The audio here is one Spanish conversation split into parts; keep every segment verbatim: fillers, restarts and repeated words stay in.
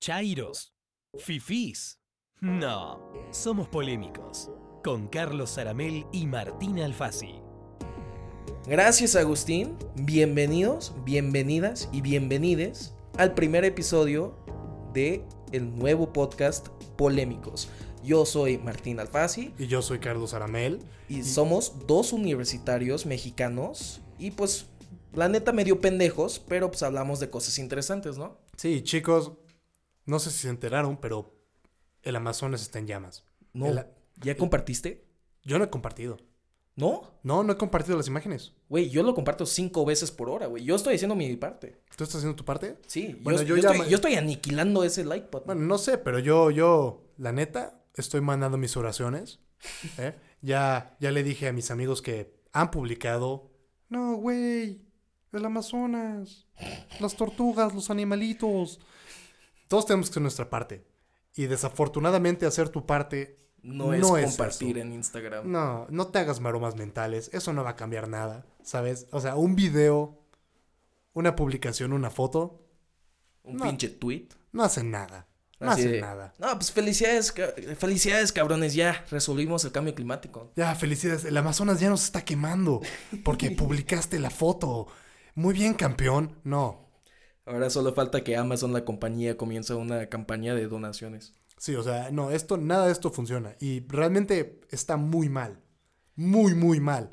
chairos, fifís. No, somos polémicos. Con Carlos Zaramel y Martina Alfasi. Gracias, Agustín. Bienvenidos, bienvenidas y bienvenides al primer episodio de el nuevo podcast Polémicos. Yo soy Martín Alfasi. Y yo soy Carlos Zaramel. Y, y somos dos universitarios mexicanos. Y pues, la neta, medio pendejos, pero pues hablamos de cosas interesantes, ¿no? Sí, chicos, no sé si se enteraron, pero el Amazonas está en llamas. No, el, ¿ya el, compartiste? Yo no he compartido. ¿No? No, no he compartido las imágenes. Güey, yo lo comparto cinco veces por hora, güey. Yo estoy haciendo mi parte. ¿Tú estás haciendo tu parte? Sí, bueno, yo, yo, yo, ya estoy, me... yo estoy aniquilando ese like button. Bueno, no sé, pero yo, yo, la neta, estoy mandando mis oraciones. ¿eh? ya, ya le dije a mis amigos que han publicado. No, güey, el Amazonas, las tortugas, los animalitos. Todos tenemos que hacer nuestra parte. Y desafortunadamente hacer tu parte no es no compartir es en Instagram. No, no te hagas maromas mentales. Eso no va a cambiar nada, ¿sabes? O sea, un video, una publicación, una foto. Un no, pinche tweet. No hacen nada. No Así hacen de, nada. No, pues felicidades, felicidades, cabrones. Ya resolvimos el cambio climático. Ya, felicidades. El Amazonas ya nos está quemando porque publicaste la foto. Muy bien, campeón. No. Ahora solo falta que Amazon, la compañía, comience una campaña de donaciones. Sí, o sea, no, esto, nada de esto funciona. Y realmente está muy mal. Muy, muy mal.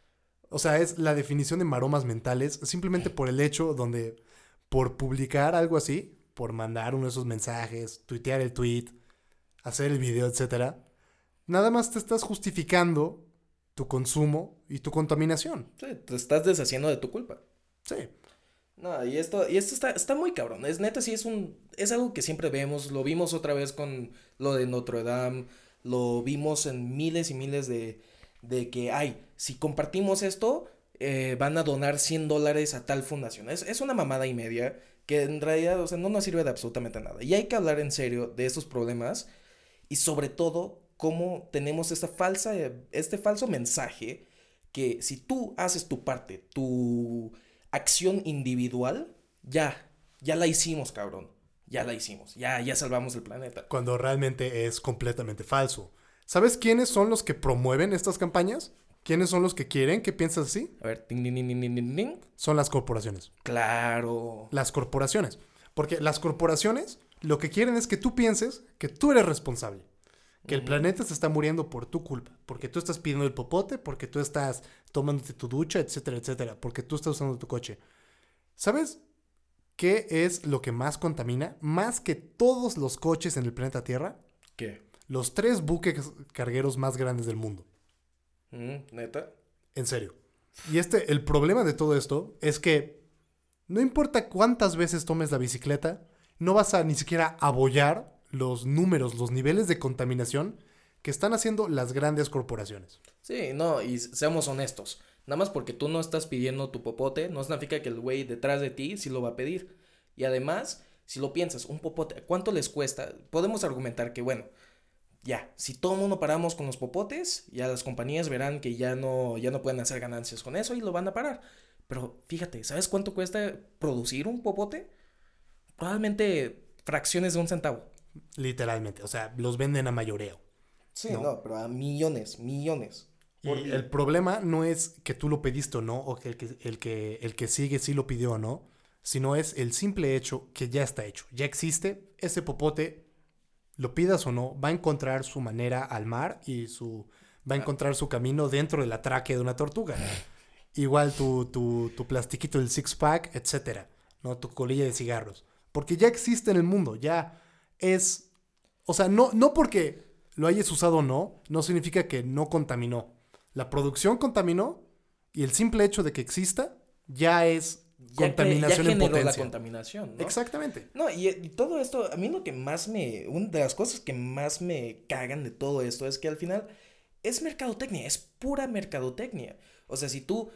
O sea, es la definición de maromas mentales simplemente por el hecho donde, por publicar algo así, por mandar uno de esos mensajes, tuitear el tweet, hacer el video, etcétera, nada más te estás justificando tu consumo y tu contaminación. Sí, te estás deshaciendo de tu culpa. Sí. No, y esto, y esto está, está muy cabrón. Es neta, sí es un, es algo que siempre vemos. Lo vimos otra vez con lo de Notre Dame. Lo vimos en miles y miles de, de que, ay, si compartimos esto, eh, van a donar cien dólares a tal fundación. Es, es una mamada y media que en realidad, o sea, no nos sirve de absolutamente nada. Y hay que hablar en serio de estos problemas y sobre todo cómo tenemos esta falsa, este falso mensaje que si tú haces tu parte, tu acción individual, ya, ya la hicimos, cabrón. Ya la hicimos, ya, ya salvamos el planeta. Cuando realmente es completamente falso. ¿Sabes quiénes son los que promueven estas campañas? ¿Quiénes son los que quieren que pienses así? A ver, ting, ting, ting, ting, ting, ting. Son las corporaciones. Claro. Las corporaciones. Porque las corporaciones lo que quieren es que tú pienses que tú eres responsable. Que uh-huh. el planeta se está muriendo por tu culpa. Porque tú estás pidiendo el popote, porque tú estás tomándote tu ducha, etcétera, etcétera. Porque tú estás usando tu coche. ¿Sabes qué es lo que más contamina? Más que todos los coches en el planeta Tierra. ¿Qué? Los tres buques cargueros más grandes del mundo. Mm, ¿Neta? En serio. Y este, el problema de todo esto es que no importa cuántas veces tomes la bicicleta, no vas a ni siquiera abollar los números, los niveles de contaminación que están haciendo las grandes corporaciones. Sí, no, y seamos honestos. Nada más porque tú no estás pidiendo tu popote, no significa que el güey detrás de ti sí lo va a pedir. Y además, si lo piensas, un popote, ¿cuánto les cuesta? Podemos argumentar que, bueno, ya, si todo el mundo paramos con los popotes, ya las compañías verán que ya no, ya no pueden hacer ganancias con eso y lo van a parar. Pero fíjate, ¿sabes cuánto cuesta producir un popote? Probablemente fracciones de un centavo. Literalmente, o sea, los venden a mayoreo. Sí, no, no pero a millones, millones. Y el problema no es que tú lo pediste o no, o que el que, el que el que sigue sí lo pidió o no, sino es el simple hecho que ya está hecho. Ya existe ese popote. Lo pidas o no, va a encontrar su manera al mar y su va a encontrar su camino dentro de la tráquea de una tortuga. Igual tu, tu, tu plastiquito del six pack, etcétera, ¿no? Tu colilla de cigarros. Porque ya existe en el mundo, ya es... O sea, no, no porque lo hayas usado o no, no significa que no contaminó. La producción contaminó y el simple hecho de que exista ya es... Ya contaminación que, ya en generó potencia. la contaminación, ¿no? Exactamente. No, y, y todo esto, a mí lo que más me... Una de las cosas que más me cagan de todo esto es que al final es mercadotecnia, es pura mercadotecnia. O sea, si tú,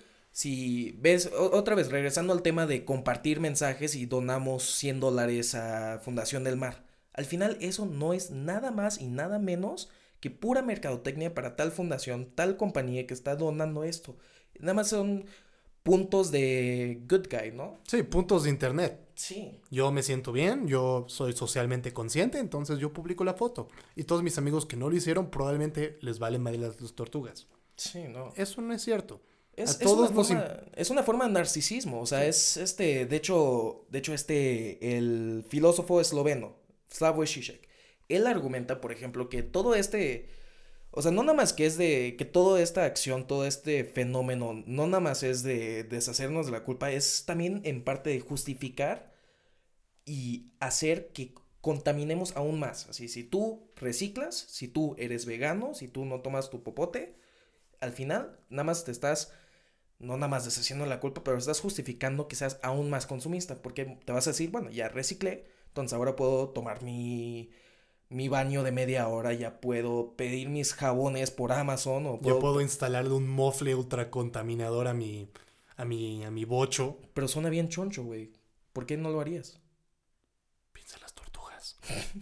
si ves, o, otra vez, regresando al tema de compartir mensajes y donamos cien dólares a Fundación del Mar. Al final eso no es nada más y nada menos que pura mercadotecnia para tal fundación, tal compañía que está donando esto. Nada más son... puntos de good guy, ¿no? Sí, puntos de internet. Sí. Yo me siento bien, yo soy socialmente consciente, entonces yo publico la foto. Y todos mis amigos que no lo hicieron probablemente les valen mal las, las tortugas. Sí, no. Eso no es cierto. Es, A es todos una nos forma, imp- es una forma de narcisismo, o sea, es este, de hecho, de hecho este, el filósofo esloveno, Slavoj Žižek, él argumenta, por ejemplo, que todo este, o sea, no nada más que es de, que toda esta acción, todo este fenómeno, no nada más es de deshacernos de la culpa, es también en parte de justificar y hacer que contaminemos aún más. Así, si tú reciclas, si tú eres vegano, si tú no tomas tu popote, al final nada más te estás, no nada más deshaciendo la culpa, pero estás justificando que seas aún más consumista, porque te vas a decir, bueno, ya reciclé, entonces ahora puedo tomar mi, mi baño de media hora, ya puedo pedir mis jabones por Amazon o puedo... yo puedo instalarle un mofle ultracontaminador a mi, a mi, a mi bocho. Pero suena bien choncho, güey. ¿Por qué no lo harías? Piensa en las tortugas.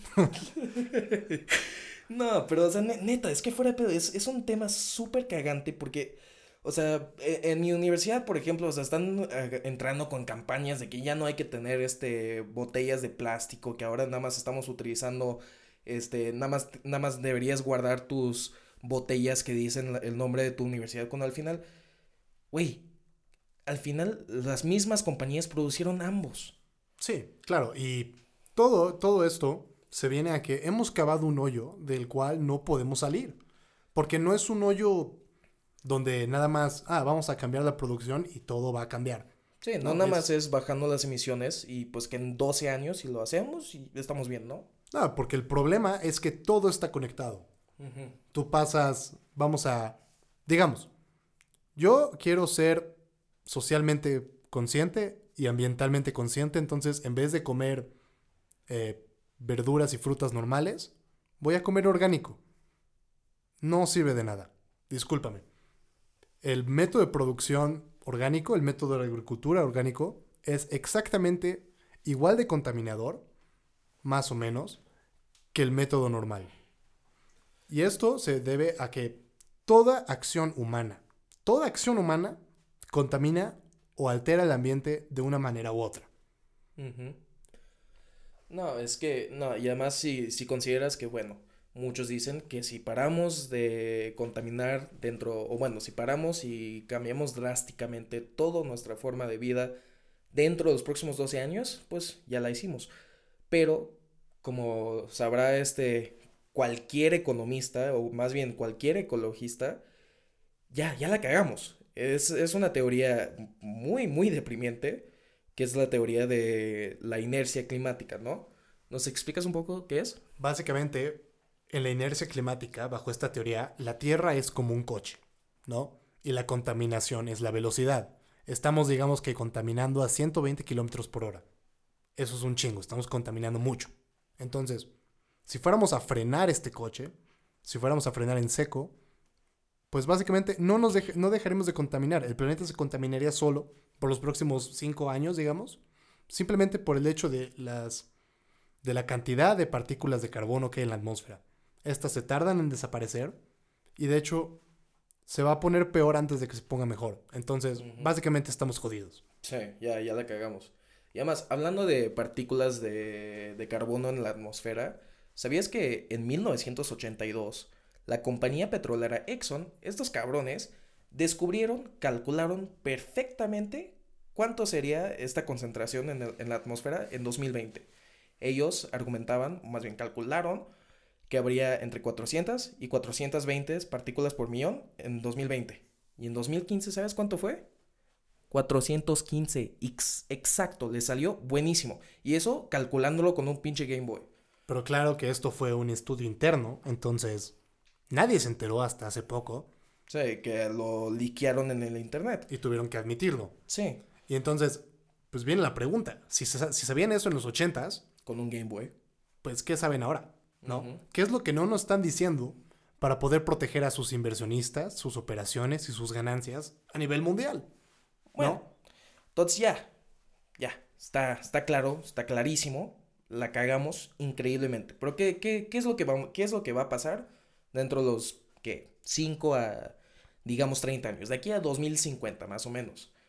No, pero, o sea, ne- neta, es que fuera de pedo, es, es un tema súper cagante porque, o sea, e- en mi universidad, por ejemplo, o sea, están eh, entrando con campañas de que ya no hay que tener, este, botellas de plástico, que ahora nada más estamos utilizando, este, nada más, nada más deberías guardar tus botellas que dicen la- el nombre de tu universidad, cuando al final, güey, al final las mismas compañías producieron ambos. Sí, claro. Y todo, todo esto se viene a que hemos cavado un hoyo del cual no podemos salir. Porque no es un hoyo donde nada más, ah, vamos a cambiar la producción y todo va a cambiar. Sí, no No, nada es- más es bajando las emisiones y pues que en doce años si lo hacemos y estamos bien, ¿no? No, porque el problema es que todo está conectado. Ujú. Tú pasas, vamos a, digamos, yo quiero ser socialmente consciente y ambientalmente consciente, entonces en vez de comer eh, verduras y frutas normales, voy a comer orgánico. No sirve de nada. Discúlpame. El método de producción orgánico, el método de agricultura orgánico, es exactamente igual de contaminador, más o menos, que el método normal. Y esto se debe a que toda acción humana, toda acción humana contamina o altera el ambiente de una manera u otra. Ujú. No, es que, no, y además si, si consideras que, bueno, muchos dicen que si paramos de contaminar dentro, o bueno, si paramos y cambiamos drásticamente toda nuestra forma de vida dentro de los próximos doce años, pues ya la hicimos. Pero, como sabrá este cualquier economista, o más bien cualquier ecologista, ya, ya la cagamos. Es, es una teoría muy, muy deprimente, que es la teoría de la inercia climática, ¿no? ¿Nos explicas un poco qué es? Básicamente, en la inercia climática, bajo esta teoría, la Tierra es como un coche, ¿no? Y la contaminación es la velocidad. Estamos, digamos que, contaminando a ciento veinte kilómetros por hora. Eso es un chingo, estamos contaminando mucho. Entonces, si fuéramos a frenar este coche, si fuéramos a frenar en seco, pues básicamente no, nos dej- no dejaremos de contaminar. El planeta se contaminaría solo por los próximos cinco años, digamos, simplemente por el hecho de, las, de la cantidad de partículas de carbono que hay en la atmósfera. Estas se tardan en desaparecer y de hecho se va a poner peor antes de que se ponga mejor. Entonces, Ujú. básicamente estamos jodidos. Sí, ya, ya la cagamos. Y además, hablando de partículas de, de carbono en la atmósfera, ¿sabías que en mil novecientos ochenta y dos la compañía petrolera Exxon, estos cabrones, descubrieron, calcularon perfectamente cuánto sería esta concentración en, el- en la atmósfera en dos mil veinte? Ellos argumentaban, o más bien calcularon, que habría entre cuatrocientas y cuatrocientas veinte partículas por millón en dos mil veinte. Y en dos mil quince, ¿sabes cuánto fue? cuatrocientos quince, ex- exacto, le salió buenísimo. Y eso calculándolo con un pinche Game Boy. Pero claro que esto fue un estudio interno, entonces nadie se enteró hasta hace poco Sí, que lo liquearon en el internet. y tuvieron que admitirlo. Sí, Y entonces, pues viene la pregunta. Si, se- si sabían eso en los ochentas, con un Game Boy. pues ¿qué saben ahora? ¿No? Ujú. ¿Qué es lo que no nos están diciendo para poder proteger a sus inversionistas, sus operaciones y sus ganancias a nivel mundial? Bueno, entonces ya, ya, está, está claro, está clarísimo, la cagamos increíblemente. Pero ¿qué, qué, qué es lo que va, qué es lo que va a pasar dentro de los, ¿qué? cinco a, digamos, treinta años, de aquí a dos mil cincuenta más o menos.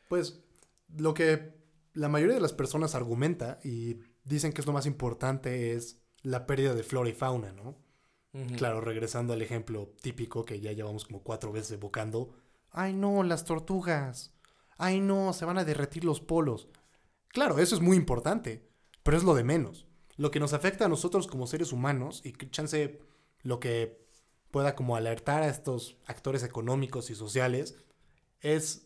Pues lo que la mayoría de las personas argumenta y dicen que es lo más importante es la pérdida de flora y fauna, ¿no? Ujú. Claro, regresando al ejemplo típico que ya llevamos como cuatro veces evocando. ¡Ay no, las tortugas! ¡Ay no, se van a derretir los polos! Claro, eso es muy importante, pero es lo de menos. Lo que nos afecta a nosotros como seres humanos y que chance lo que pueda como alertar a estos actores económicos y sociales es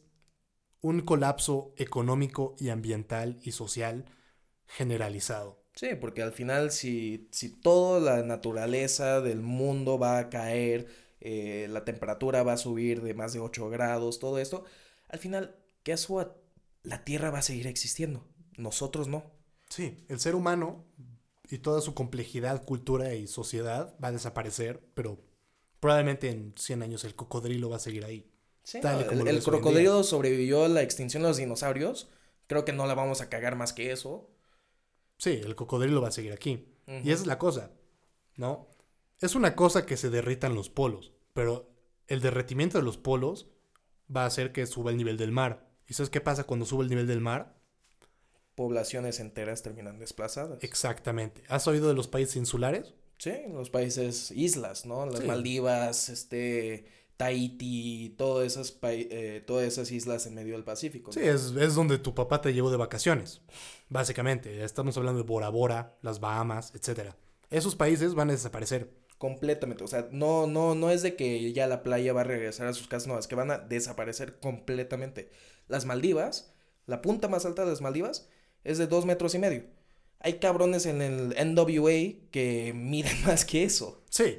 un colapso económico y ambiental y social generalizado. Sí, porque al final si, si toda la naturaleza del mundo va a caer, eh, la temperatura va a subir de más de ocho grados, todo esto, al final, guess what? La Tierra va a seguir existiendo, nosotros no. Sí, el ser humano y toda su complejidad, cultura y sociedad va a desaparecer, pero probablemente en cien años el cocodrilo va a seguir ahí. Sí, Tal y no, como el, lo el ves hoy en día. crocodilo sobrevivió a la extinción de los dinosaurios, creo que no la vamos a cagar más que eso. Sí, el cocodrilo va a seguir aquí. Ujú. Y esa es la cosa, ¿no? Es una cosa que se derritan los polos, pero el derretimiento de los polos va a hacer que suba el nivel del mar. ¿Y sabes qué pasa cuando sube el nivel del mar? Poblaciones enteras terminan desplazadas. Exactamente. ¿Has oído de los países insulares? Sí, los países, islas, ¿no? Las Sí. Maldivas, este, Tahití, todas esas, pai- eh, todas esas islas en medio del Pacífico. Sí, ¿no? es, es donde tu papá te llevó de vacaciones. Básicamente, estamos hablando de Bora Bora, las Bahamas, etcétera. Esos países van a desaparecer. Completamente, o sea, no, no, no es de que ya la playa va a regresar a sus casas, no, es que van a desaparecer completamente. Las Maldivas, la punta más alta de las Maldivas, es de dos metros y medio. Hay cabrones en el N W A que miden más que eso. Sí.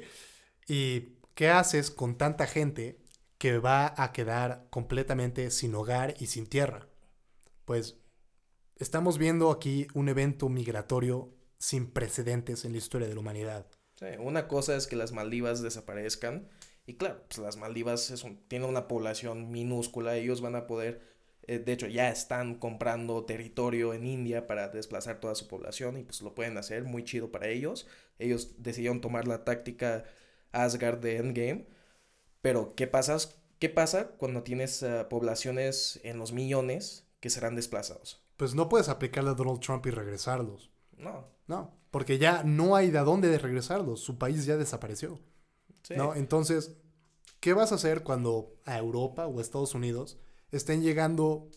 ¿Y qué haces con tanta gente que va a quedar completamente sin hogar y sin tierra? Pues estamos viendo aquí un evento migratorio sin precedentes en la historia de la humanidad. Sí, una cosa es que las Maldivas desaparezcan y claro, pues las Maldivas es un- tienen una población minúscula, ellos van a poder, eh, de hecho ya están comprando territorio en India para desplazar toda su población y pues lo pueden hacer, muy chido para ellos. Ellos decidieron tomar la táctica Asgard de Endgame, pero ¿qué pasas, qué pasa cuando tienes uh, poblaciones en los millones que serán desplazados? Pues no puedes aplicarle a Donald Trump y regresarlos. No, No, porque ya no hay de dónde de regresarlos. Su país ya desapareció. sí. ¿No? Entonces, ¿qué vas a hacer cuando a Europa o a Estados Unidos estén llegando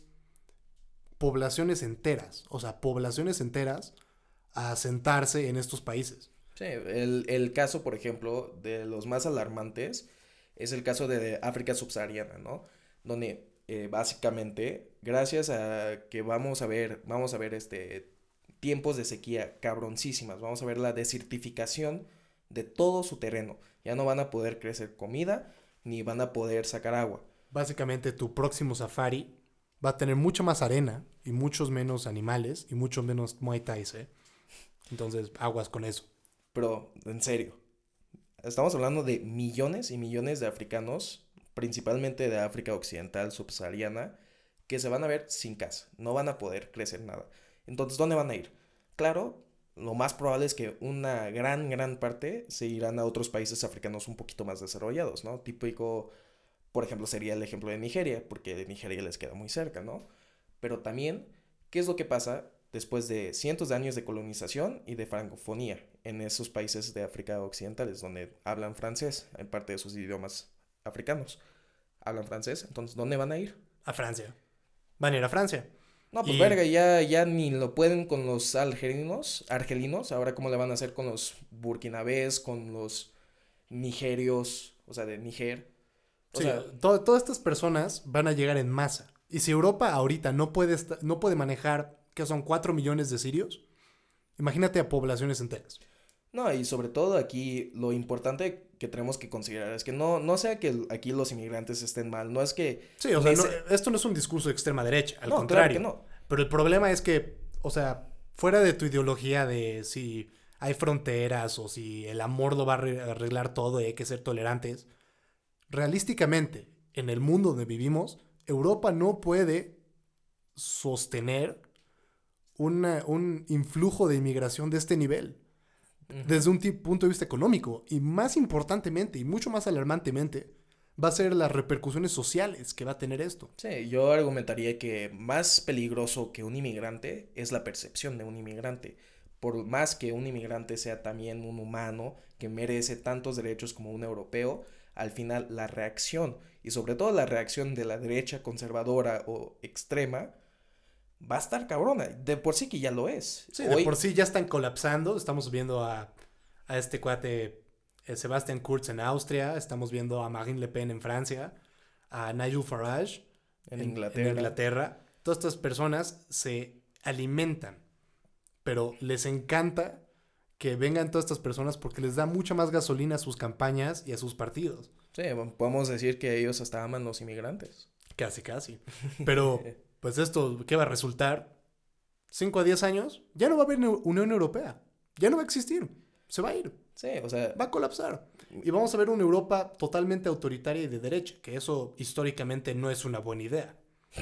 poblaciones enteras? O sea, poblaciones enteras a asentarse en estos países. Sí, el, el caso, por ejemplo, de los más alarmantes es el caso de África subsahariana, ¿no? Donde eh, básicamente, gracias a que vamos a ver, vamos a ver este tiempos de sequía cabroncísimas, vamos a ver la desertificación de todo su terreno. Ya no van a poder crecer comida ni van a poder sacar agua. Básicamente, tu próximo safari va a tener mucha más arena y muchos menos animales y mucho menos Muay Thai, ¿eh? Entonces, aguas con eso. Pero, en serio, estamos hablando de millones y millones de africanos, principalmente de África Occidental, subsahariana, que se van a ver sin casa, no van a poder crecer nada. Entonces, ¿dónde van a ir? Claro, lo más probable es que una gran, gran parte se irán a otros países africanos un poquito más desarrollados, ¿no? Típico, por ejemplo, sería el ejemplo de Nigeria, porque de Nigeria les queda muy cerca, ¿no? Pero también, ¿qué es lo que pasa después de cientos de años de colonización y de francofonía en esos países de África Occidentales, donde hablan francés, en parte de sus idiomas africanos? Hablan francés, entonces, ¿dónde van a ir? A Francia. Van a ir a Francia. No, pues Y- verga, ya, ya ni lo pueden con los argelinos, argelinos, ahora cómo le van a hacer con los burkinabés, con los nigerios, o sea, de Niger. O Sí, sea, to- todas estas personas van a llegar en masa. Y si Europa ahorita no puede, esta- no puede manejar, que son cuatro millones de sirios, imagínate a poblaciones enteras. no, y sobre todo aquí lo importante que tenemos que considerar es que no, no sea que aquí los inmigrantes estén mal, no es que... Sí, o sea, no- nece- esto no es un discurso de extrema derecha, al no, contrario. claro que no. Pero el problema es que, o sea, fuera de tu ideología de si hay fronteras o si el amor lo va a arre- arreglar todo y hay que ser tolerantes, realísticamente, en el mundo donde vivimos, Europa no puede sostener una- un influjo de inmigración de este nivel Ujú. desde un ti- punto de vista económico y más importantemente y mucho más alarmantemente va a ser las repercusiones sociales que va a tener esto. Sí, yo argumentaría que más peligroso que un inmigrante es la percepción de un inmigrante. Por más que un inmigrante sea también un humano que merece tantos derechos como un europeo, al final la reacción, y sobre todo la reacción de la derecha conservadora o extrema, va a estar cabrona. De por sí que ya lo es. Sí, Hoy, de por sí ya están colapsando. Estamos viendo a, a este cuate eh, Sebastian Kurz en Austria. Estamos viendo a Marine Le Pen en Francia. A Nigel Farage en, en, Inglaterra. en Inglaterra. Todas estas personas se alimentan, pero les encanta que vengan todas estas personas porque les da mucha más gasolina a sus campañas y a sus partidos. Sí, podemos decir que ellos hasta aman los inmigrantes. Casi, casi. Pero, pues esto, ¿qué va a resultar? cinco a diez años, ya no va a haber Unión Europea. Ya no va a existir. Se va a ir. Sí, o sea... Va a colapsar. Y vamos a ver una Europa totalmente autoritaria y de derecha, que eso históricamente no es una buena idea.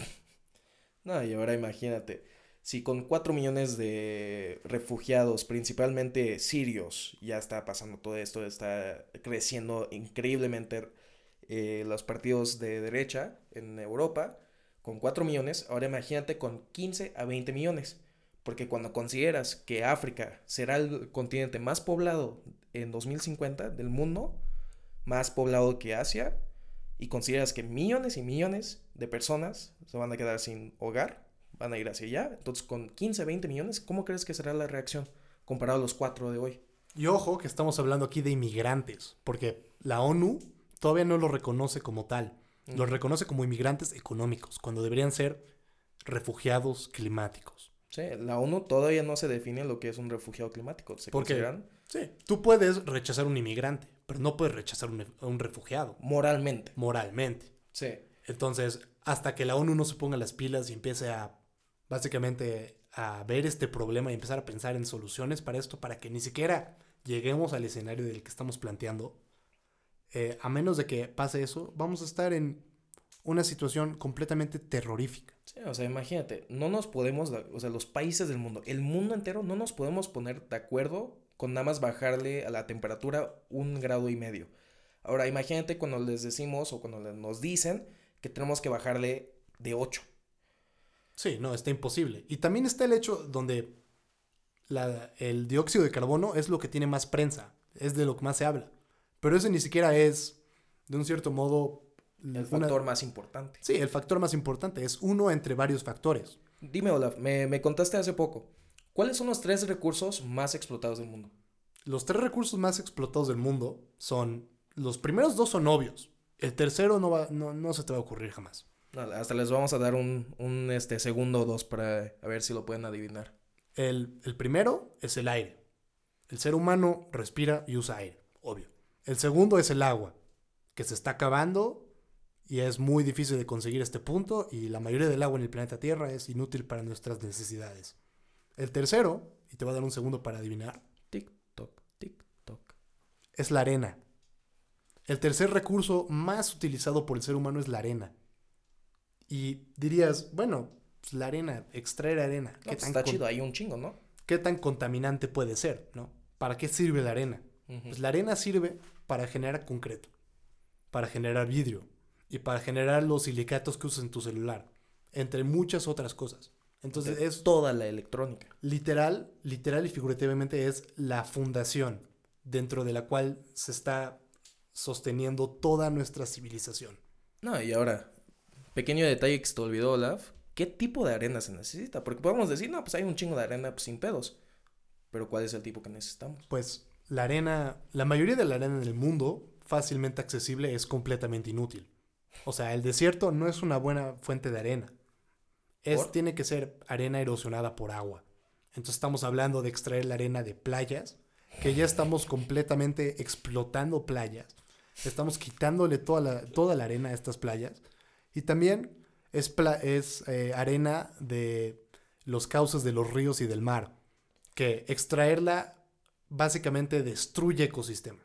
No, y ahora imagínate, si con cuatro millones de refugiados, principalmente sirios, ya está pasando todo esto, está creciendo increíblemente eh, los partidos de derecha en Europa, con cuatro millones, ahora imagínate con quince a veinte millones. Porque cuando consideras que África será el continente más poblado en dos mil cincuenta del mundo, más poblado que Asia, y consideras que millones y millones de personas se van a quedar sin hogar, van a ir hacia allá, entonces con quince, veinte millones, ¿cómo crees que será la reacción comparado a los cuatro de hoy? Y ojo que estamos hablando aquí de inmigrantes, porque la ONU todavía no lo reconoce como tal. Uh-huh. Los reconoce como inmigrantes económicos, cuando deberían ser refugiados climáticos. Sí, la ONU todavía no se define lo que es un refugiado climático. ¿Se Porque, consideran? Sí, tú puedes rechazar un inmigrante, pero no puedes rechazar un, un refugiado. Moralmente. Moralmente. Sí. Entonces, hasta que la ONU no se ponga las pilas y empiece a, básicamente, a ver este problema y empezar a pensar en soluciones para esto, para que ni siquiera lleguemos al escenario del que estamos planteando, eh, a menos de que pase eso, vamos a estar en una situación completamente terrorífica. Sí, o sea, imagínate, no nos podemos, o sea, los países del mundo, el mundo entero, no nos podemos poner de acuerdo con nada más bajarle a la temperatura un grado y medio. Ahora, imagínate cuando les decimos o cuando nos dicen que tenemos que bajarle de ocho. Sí, no, está imposible. Y también está el hecho donde la, el dióxido de carbono es lo que tiene más prensa, es de lo que más se habla. Pero ese ni siquiera es, de un cierto modo... El factor una... más importante. Sí, el factor más importante. Es uno entre varios factores. Dime, Olaf, me, me contaste hace poco. ¿Cuáles son los tres recursos más explotados del mundo? Los tres recursos más explotados del mundo son... Los primeros dos son obvios. El tercero no, va, no, no se te va a ocurrir jamás. No, hasta les vamos a dar un, un este, segundo o dos para a ver si lo pueden adivinar. El, el primero es el aire. El ser humano respira y usa aire, obvio. El segundo es el agua, que se está acabando... Y es muy difícil de conseguir este punto y la mayoría del agua en el planeta Tierra es inútil para nuestras necesidades. El tercero, y te voy a dar un segundo para adivinar. Tic, toc, tic, toc. Es la arena. El tercer recurso más utilizado por el ser humano es la arena. Y dirías, bueno, pues la arena, extraer arena. No, ¿qué pues tan está con... chido, hay un chingo, ¿no? ¿Qué tan contaminante puede ser, no? ¿Para qué sirve la arena? Uh-huh. Pues la arena sirve para generar concreto, para generar vidrio, y para generar los silicatos que usas en tu celular, entre muchas otras cosas. Entonces es toda la electrónica. Literal, literal y figurativamente es la fundación dentro de la cual se está sosteniendo toda nuestra civilización. No, y ahora, pequeño detalle que se te olvidó, Olaf, ¿qué tipo de arena se necesita? Porque podemos decir, no, pues hay un chingo de arena pues, sin pedos. Pero ¿cuál es el tipo que necesitamos? Pues la arena, la mayoría de la arena en el mundo, fácilmente accesible, es completamente inútil. O sea, el desierto no es una buena fuente de arena. Es, tiene que ser arena erosionada por agua. Entonces estamos hablando de extraer la arena de playas, que ya estamos completamente explotando playas. Estamos quitándole toda la, toda la arena a estas playas. Y también es, pla- es eh, arena de los cauces de los ríos y del mar, que extraerla básicamente destruye ecosistemas.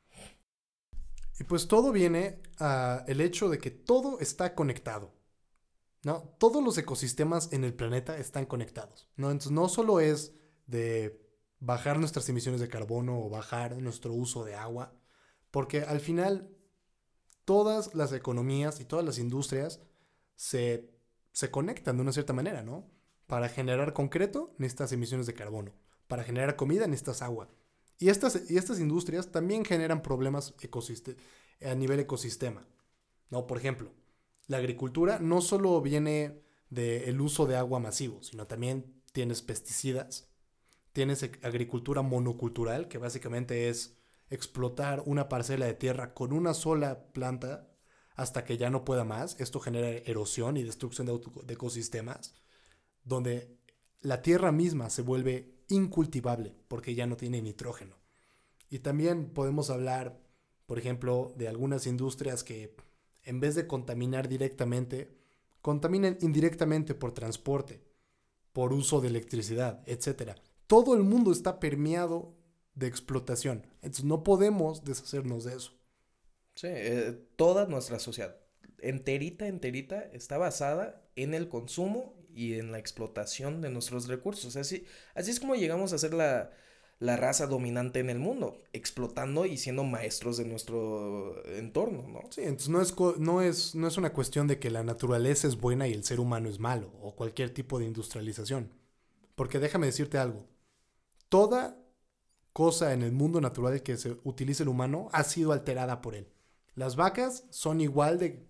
Y pues todo viene al hecho de que todo está conectado, ¿no? Todos los ecosistemas en el planeta están conectados, ¿no? Entonces no solo es de bajar nuestras emisiones de carbono o bajar nuestro uso de agua, porque al final todas las economías y todas las industrias se, se conectan de una cierta manera, ¿no? Para generar concreto necesitas emisiones de carbono. Para generar comida necesitas agua. Y estas, y estas industrias también generan problemas ecosiste- a nivel ecosistema, ¿no? Por ejemplo, la agricultura no solo viene del uso de agua masivo, sino también tienes pesticidas, tienes ag- agricultura monocultural, que básicamente es explotar una parcela de tierra con una sola planta hasta que ya no pueda más. Esto genera erosión y destrucción de, auto- de ecosistemas, donde la tierra misma se vuelve incultivable porque ya no tiene nitrógeno. Y también podemos hablar, por ejemplo, de algunas industrias que en vez de contaminar directamente, contaminan indirectamente por transporte, por uso de electricidad, etcétera. Todo el mundo está permeado de explotación. Entonces no podemos deshacernos de eso. Sí, eh, toda nuestra sociedad, enterita, enterita, está basada en el consumo y en la explotación de nuestros recursos. Así, así es como llegamos a ser la, la raza dominante en el mundo, explotando y siendo maestros de nuestro entorno, ¿no? Sí, entonces no es, co- no es, no es una cuestión de que la naturaleza es buena y el ser humano es malo, o cualquier tipo de industrialización. Porque déjame decirte algo. Toda cosa en el mundo natural que se utilice el humano ha sido alterada por él. Las vacas son igual de,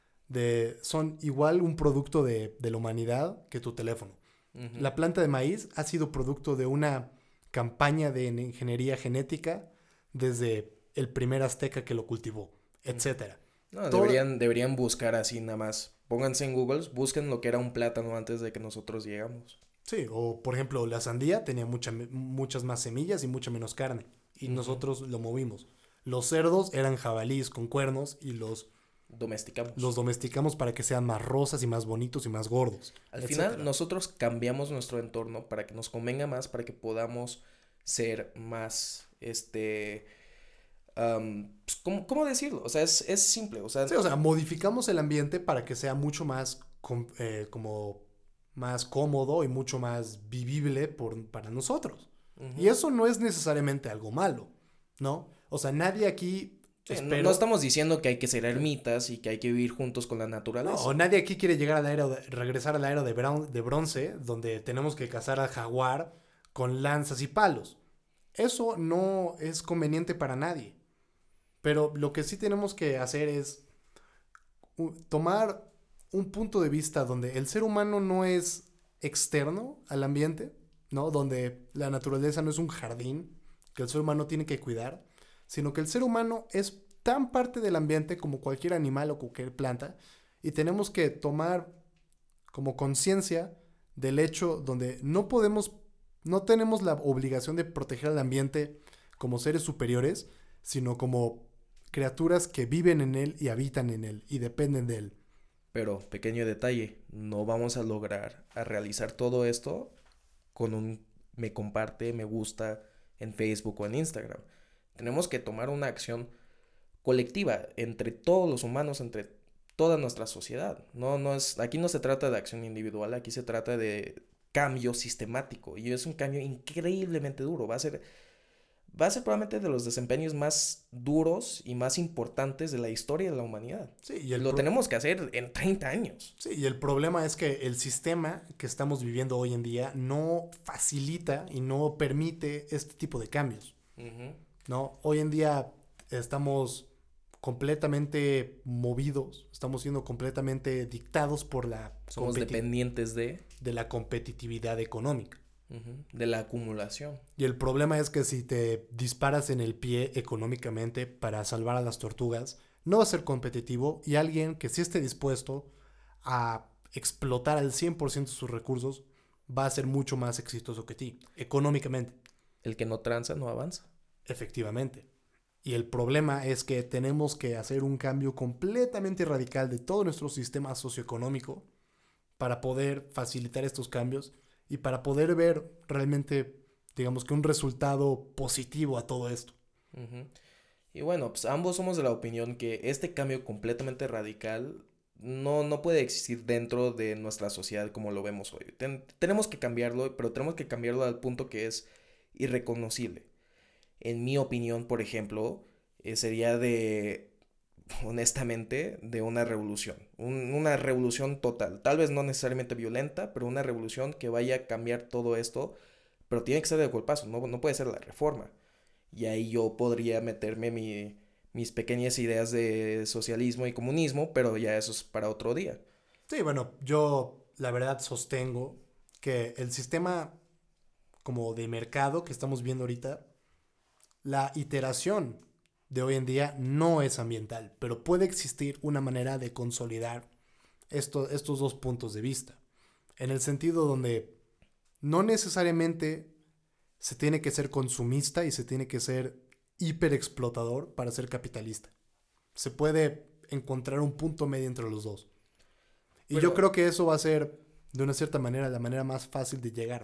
de son igual un producto de, de la humanidad que tu teléfono. Ujú. La planta de maíz ha sido producto de una campaña de ingeniería genética desde el primer azteca que lo cultivó, etcétera. No, Toda- deberían, deberían buscar así nada más. Pónganse en Google, busquen lo que era un plátano antes de que nosotros llegamos. Sí, o por ejemplo, la sandía tenía mucha, me- muchas más semillas y mucha menos carne. Y Ujú. nosotros lo movimos. Los cerdos eran jabalíes con cuernos y los, Domesticamos. los domesticamos para que sean más rosas y más bonitos y más gordos. Al etcétera. final, nosotros cambiamos nuestro entorno para que nos convenga más, para que podamos ser más, este, am, pues, ¿cómo, cómo decirlo? O sea, es, es simple, o sea, Sí, o sea, modificamos el ambiente para que sea mucho más com- eh, como más cómodo y mucho más vivible por, para nosotros. ujú. Y eso no es necesariamente algo malo, ¿no? O sea, nadie aquí Sí, no, espero- no estamos diciendo que hay que ser ermitas y que hay que vivir juntos con la naturaleza. No, nadie aquí quiere llegar a la era de- regresar a la era de, brown- de bronce, donde tenemos que cazar al jaguar con lanzas y palos. Eso no es conveniente para nadie. Pero lo que sí tenemos que hacer es u- tomar un punto de vista donde el ser humano no es externo al ambiente, ¿no? Donde la naturaleza no es un jardín que el ser humano tiene que cuidar, sino que el ser humano es tan parte del ambiente como cualquier animal o cualquier planta y tenemos que tomar como conciencia del hecho donde no podemos, no tenemos la obligación de proteger al ambiente como seres superiores, sino como criaturas que viven en él y habitan en él y dependen de él. Pero, pequeño detalle, no vamos a lograr a realizar todo esto con un me comparte, me gusta en Facebook o en Instagram. Tenemos que tomar una acción colectiva entre todos los humanos, entre toda nuestra sociedad. No, no es, aquí no se trata de acción individual, aquí se trata de cambio sistemático y es un cambio increíblemente duro. Va a ser, va a ser probablemente de los desempeños más duros y más importantes de la historia de la humanidad. Sí, y el Lo pro- tenemos que hacer en treinta años. Sí, y el problema es que el sistema que estamos viviendo hoy en día no facilita y no permite este tipo de cambios, Ujú. ¿no? Hoy en día estamos completamente movidos, estamos siendo completamente dictados por la, Somos competi- dependientes de, de la competitividad económica. ujú, de la acumulación. Y el problema es que si te disparas en el pie económicamente para salvar a las tortugas, no va a ser competitivo y alguien que sí esté dispuesto a explotar al cien por ciento sus recursos va a ser mucho más exitoso que ti, económicamente, El que no tranza no avanza. efectivamente. Y el problema es que tenemos que hacer un cambio completamente radical de todo nuestro sistema socioeconómico para poder facilitar estos cambios y para poder ver realmente, digamos que un resultado positivo a todo esto. Ujú. Y bueno, pues ambos somos de la opinión que este cambio completamente radical no, no puede existir dentro de nuestra sociedad como lo vemos hoy. Ten- tenemos que cambiarlo, pero tenemos que cambiarlo al punto que es irreconocible. En mi opinión, por ejemplo, eh, sería de honestamente, de una revolución. Un, una revolución total. Tal vez no necesariamente violenta, pero una revolución que vaya a cambiar todo esto. Pero tiene que ser de golpazo, no, no puede ser la reforma. Y ahí yo podría meterme mi, mis pequeñas ideas de socialismo y comunismo, pero ya eso es para otro día. Sí, bueno, yo la verdad sostengo que el sistema como de mercado que estamos viendo ahorita, la iteración de hoy en día no es ambiental, pero puede existir una manera de consolidar esto, estos dos puntos de vista. En el sentido donde no necesariamente se tiene que ser consumista y se tiene que ser hiperexplotador para ser capitalista. Se puede encontrar un punto medio entre los dos. Y pero, yo creo que eso va a ser, de una cierta manera, la manera más fácil de llegar.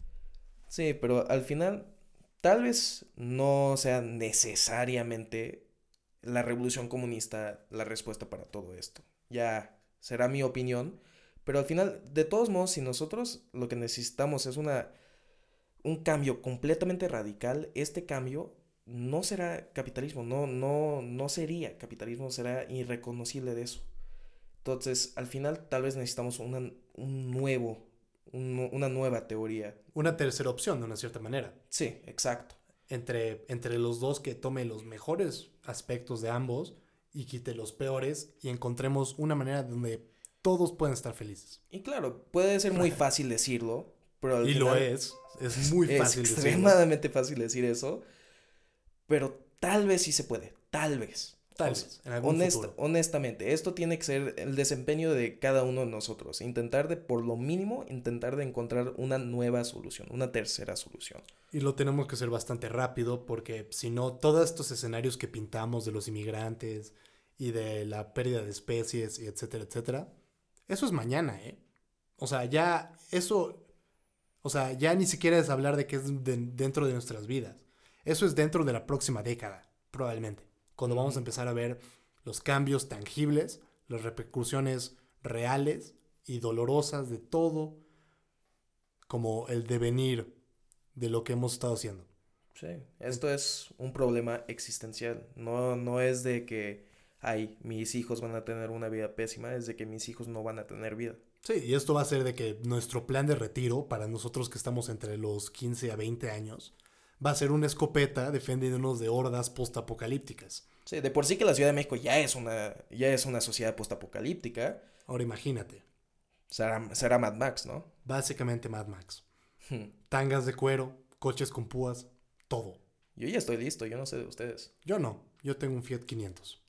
Sí, pero al final, tal vez no sea necesariamente la revolución comunista la respuesta para todo esto. Ya será mi opinión, pero al final, de todos modos, si nosotros lo que necesitamos es una, un cambio completamente radical, este cambio no será capitalismo, no, no, no sería capitalismo, será irreconocible de eso. Entonces, al final, tal vez necesitamos una, un nuevo, un, una nueva teoría. Una tercera opción, de una cierta manera. Sí, exacto. Entre, entre los dos, que tome los mejores aspectos de ambos y quite los peores y encontremos una manera donde todos pueden estar felices. Y claro, puede ser muy fácil decirlo, pero al y final lo es, es muy fácil es decirlo. extremadamente fácil decir eso, pero tal vez sí se puede, tal vez. Tal vez, en algún honest, futuro. Honestamente, esto tiene que ser el desempeño de cada uno de nosotros. Intentar de, por lo mínimo, intentar de encontrar una nueva solución, una tercera solución. Y lo tenemos que hacer bastante rápido porque si no, todos estos escenarios que pintamos de los inmigrantes y de la pérdida de especies y etcétera, etcétera, eso es mañana, ¿eh? O sea, ya eso, o sea, ya ni siquiera es hablar de que es de, dentro de nuestras vidas. Eso es dentro de la próxima década, probablemente. Cuando vamos a empezar a ver los cambios tangibles, las repercusiones reales y dolorosas de todo, como el devenir de lo que hemos estado haciendo. Sí, esto es un problema existencial. No, no es de que, ay, mis hijos van a tener una vida pésima, es de que mis hijos no van a tener vida. Sí, y esto va a ser de que nuestro plan de retiro, para nosotros que estamos entre los quince a veinte años, va a ser una escopeta defendiéndonos de hordas postapocalípticas. Sí, de por sí que la Ciudad de México ya es una, ya es una sociedad postapocalíptica. Ahora imagínate. Será, será Mad Max, ¿no? Básicamente Mad Max. Tangas de cuero, coches con púas, todo. Yo ya estoy listo, yo no sé de ustedes. Yo no, yo tengo un Fiat quinientos.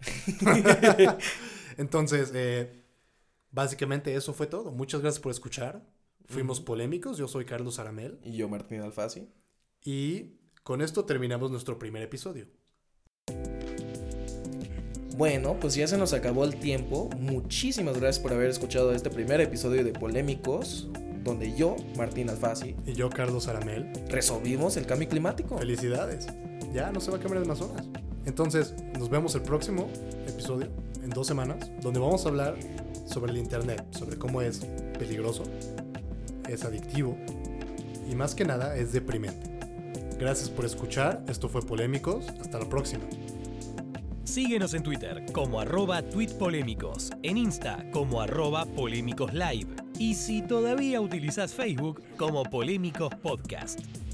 Entonces, eh, básicamente eso fue todo. Muchas gracias por escuchar. Fuimos uh-huh. polémicos, yo soy Carlos Aramel. Y yo Martín Alfasi. Y con esto terminamos nuestro primer episodio. Bueno, pues ya se nos acabó el tiempo. Muchísimas gracias por haber escuchado este primer episodio de Polémicos, donde yo, Martín Alfasi, y yo, Carlos Aramel, resolvimos el cambio climático. ¡Felicidades! Ya no se va a quemar el Amazonas. Entonces, nos vemos el próximo episodio, en dos semanas, donde vamos a hablar sobre el internet, sobre cómo es peligroso, es adictivo y más que nada es deprimente. Gracias por escuchar, esto fue Polémicos, hasta la próxima. Síguenos en Twitter como arroba tweetpolémicos, en Insta como arroba polémicoslive y si todavía utilizas Facebook como Polémicos Podcast.